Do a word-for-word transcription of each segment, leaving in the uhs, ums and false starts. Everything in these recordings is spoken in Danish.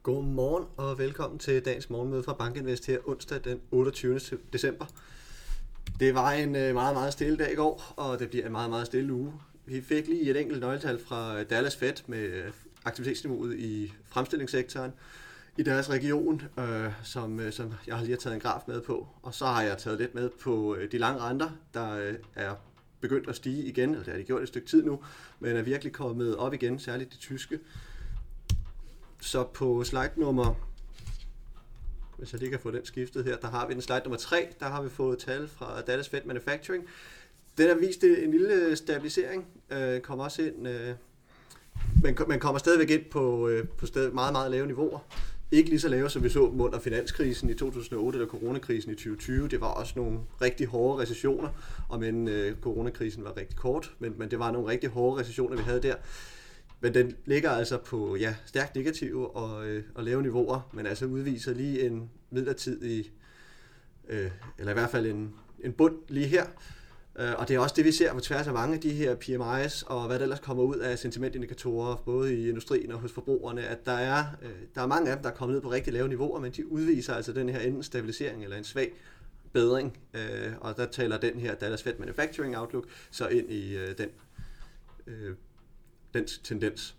Godmorgen og velkommen til dagens morgenmøde fra Bankinvest her onsdag den otteogtyvende december. Det var en meget, meget stille dag i går, og det bliver en meget, meget stille uge. Vi fik lige et enkelt nøgletal fra Dallas Fed med aktivitetsniveauet i fremstillingssektoren i deres region, øh, som, som jeg har lige taget en graf med på. Og så har jeg taget lidt med på de lange renter, der er begyndt at stige igen, eller det har de gjort et stykke tid nu, men er virkelig kommet op igen, særligt de tyske. Så på slide nummer, hvis jeg lige kan få den skiftet her, der har vi den slide nummer tre, der har vi fået tal fra Dallas Fed Manufacturing. Den har vist en lille stabilisering, øh, kommer også ind, øh, men man kommer stadigvæk ind på, øh, på stadig meget, meget lave niveauer. Ikke lige så lave, som vi så under finanskrisen i to tusind og otte eller coronakrisen i tyve tyve. Det var også nogle rigtig hårde recessioner, og men øh, coronakrisen var rigtig kort, men, men det var nogle rigtig hårde recessioner, vi havde der. Men den ligger altså på ja, stærkt negative og, øh, og lave niveauer, men altså udviser lige en midlertidig, øh, eller i hvert fald en, en bund lige her. Øh, og det er også det, vi ser på tværs af mange af de her P M I's, og hvad der ellers kommer ud af sentimentindikatorer, både i industrien og hos forbrugerne, at der er, øh, der er mange af dem, der er kommet ned på rigtig lave niveauer, men de udviser altså den her enten stabilisering eller en svag bedring. Øh, og der taler den her Dallas Fed Manufacturing Outlook så ind i øh, den øh, den tendens.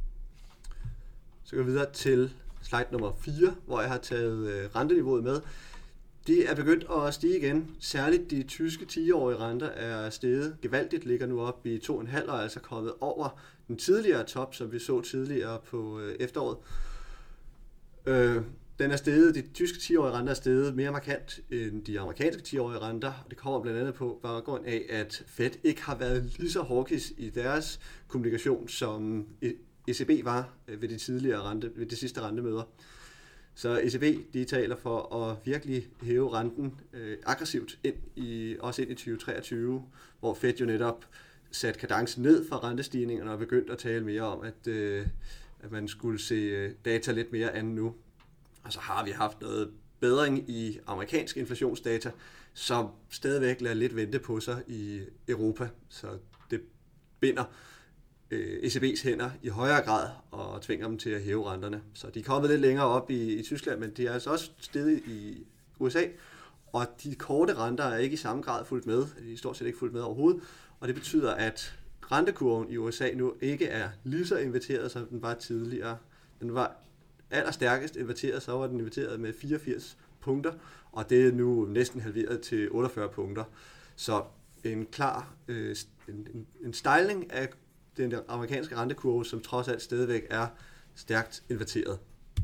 Så går vi videre til slide nummer fire, hvor jeg har taget øh, renteniveauet med. De er begyndt at stige igen. Særligt de tyske ti-årige renter er steget gevaldigt, ligger nu op i to komma fem og er altså kommet over den tidligere top, som vi så tidligere på øh, efteråret. Øh, Den er steget, de tyske ti-årige renter er steget mere markant end de amerikanske ti-årige renter. Det kommer blandt andet på baggrund af, at Fed ikke har været lige så hawkish i deres kommunikation, som E C B var ved de tidligere rente, ved de sidste rentemøder. Så E C B de taler for at virkelig hæve renten øh, aggressivt ind i, også ind i tyve treogtyve, hvor Fed jo netop satte kadencen ned for rentestigningerne og begyndte at tale mere om, at, øh, at man skulle se data lidt mere an nu. Og så har vi haft noget bedring i amerikansk inflationsdata, som stadigvæk lader lidt vente på sig i Europa. Så det binder øh, E C B's hænder i højere grad og tvinger dem til at hæve renterne. Så de er kommet lidt længere op i, i Tyskland, men de er altså også steget i U S A. Og de korte renter er ikke i samme grad fulgt med. De er stort set ikke fulgt med overhovedet. Og det betyder, at rentekurven i U S A nu ikke er lige så inverteret, som den var tidligere. Den var allerstærkest inverteret, så var den inverteret med fireogfirs punkter, og det er nu næsten halveret til otteogfyrre punkter. Så en klar øh, en, en, en stejling af den amerikanske rentekurve, som trods alt stadigvæk er stærkt inverteret.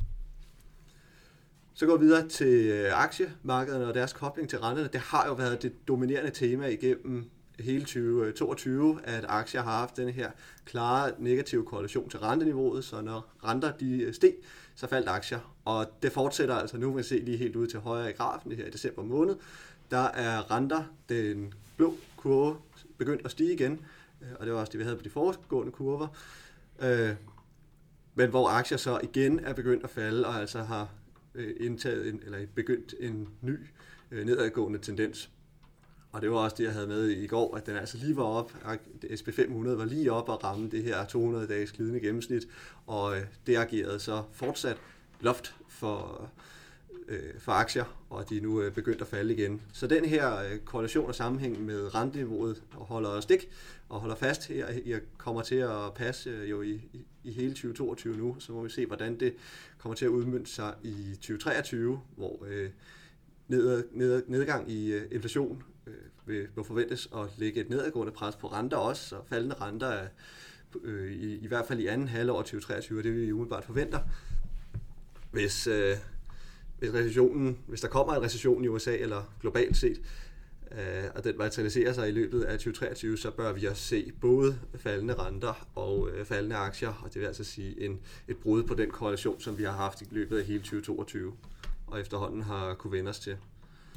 Så går vi videre til aktiemarkederne og deres kobling til renterne. Det har jo været det dominerende tema igennem hele tyve toogtyve, at aktier har haft den her klare negative korrelation til renteniveauet, så når renter de steg, så faldt aktier. Og det fortsætter altså nu, man se lige helt ud til højre i grafen, det her i december måned. Der er renter, den blå kurve, begyndt at stige igen, og det var også det, vi havde på de foregående kurver. Men hvor aktier så igen er begyndt at falde, og altså har indtaget en, eller begyndt en ny nedadgående tendens. Og det var også det, jeg havde med i går, at den altså lige var op, S and P fem hundrede var lige op og ramme det her to hundrede dages glidende gennemsnit, og det agerede så fortsat loft for, øh, for aktier, og de er nu begyndt at falde igen. Så den her korrelation og sammenhæng med renteniveauet holder stik og holder fast her, jeg kommer til at passe jo i, i, i hele tyve toogtyve nu, så må vi se, hvordan det kommer til at udmønte sig i tyve treogtyve, hvor øh, ned, ned, nedgang i øh, inflation vil forventes at lægge et nedadgående pres på renter også, så faldende renter er, øh, i, i hvert fald i anden halvår tyve treogtyve, det vi umiddelbart forventer. Hvis, øh, hvis, recessionen, hvis der kommer en recession i U S A eller globalt set, øh, og den materialiserer sig i løbet af tyve treogtyve, så bør vi også se både faldende renter og øh, faldende aktier, og det vil altså sige en, et brud på den korrelation, som vi har haft i løbet af hele tyve toogtyve, og efterhånden har kunne vende os til.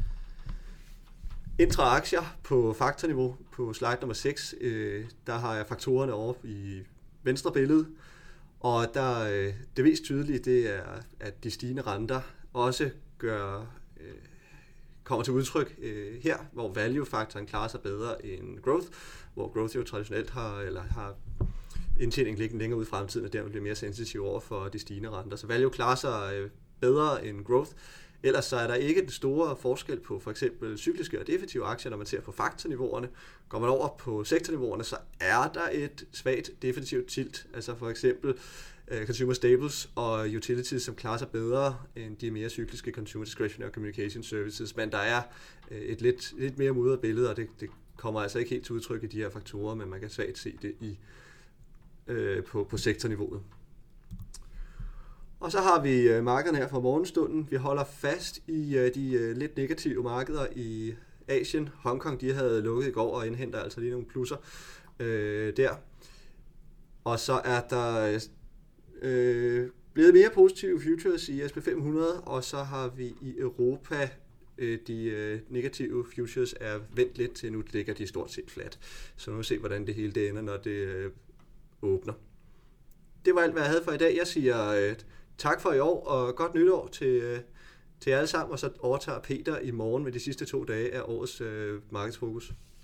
Intra-aktier på faktorniveau på slide nummer seks, øh, der har jeg faktorerne over i venstre billede, og der, øh, det mest tydelige, det er, at de stigende renter også gør, øh, kommer til udtryk øh, her, hvor value-faktoren klarer sig bedre end growth, hvor growth jo traditionelt har, eller har indtjening liggende længere ud i fremtiden, og dermed bliver mere sensitiv over for de stigende renter. Så value klarer sig øh, bedre end growth. Ellers så er der ikke den store forskel på for eksempel cykliske og defensive aktier, når man ser på faktorniveauerne. Går man over på sektorniveauerne, så er der et svagt defensivt tilt, altså for eksempel uh, consumer staples og utilities, som klarer sig bedre end de mere cykliske consumer discretionary communication services, men der er uh, et lidt, lidt mere mudret billede, og det, det kommer altså ikke helt til udtryk i de her faktorer, men man kan svagt se det i, uh, på, på sektorniveauet. Og så har vi markederne her fra morgenstunden. Vi holder fast i de lidt negative markeder i Asien. Hongkong, de havde lukket i går og indhenter altså lige nogle plusser øh, der. Og så er der øh, blevet mere positive futures i S and P fem hundrede, og så har vi i Europa øh, de øh, negative futures er vendt lidt til, nu ligger de stort set flat. Så nu må vi se, hvordan det hele det ender, når det øh, åbner. Det var alt, hvad jeg havde for i dag. Jeg siger øh, tak for i år, og godt nytår til, øh, til alle sammen, og så overtager Peter i morgen med de sidste to dage af årets øh, markedsfokus.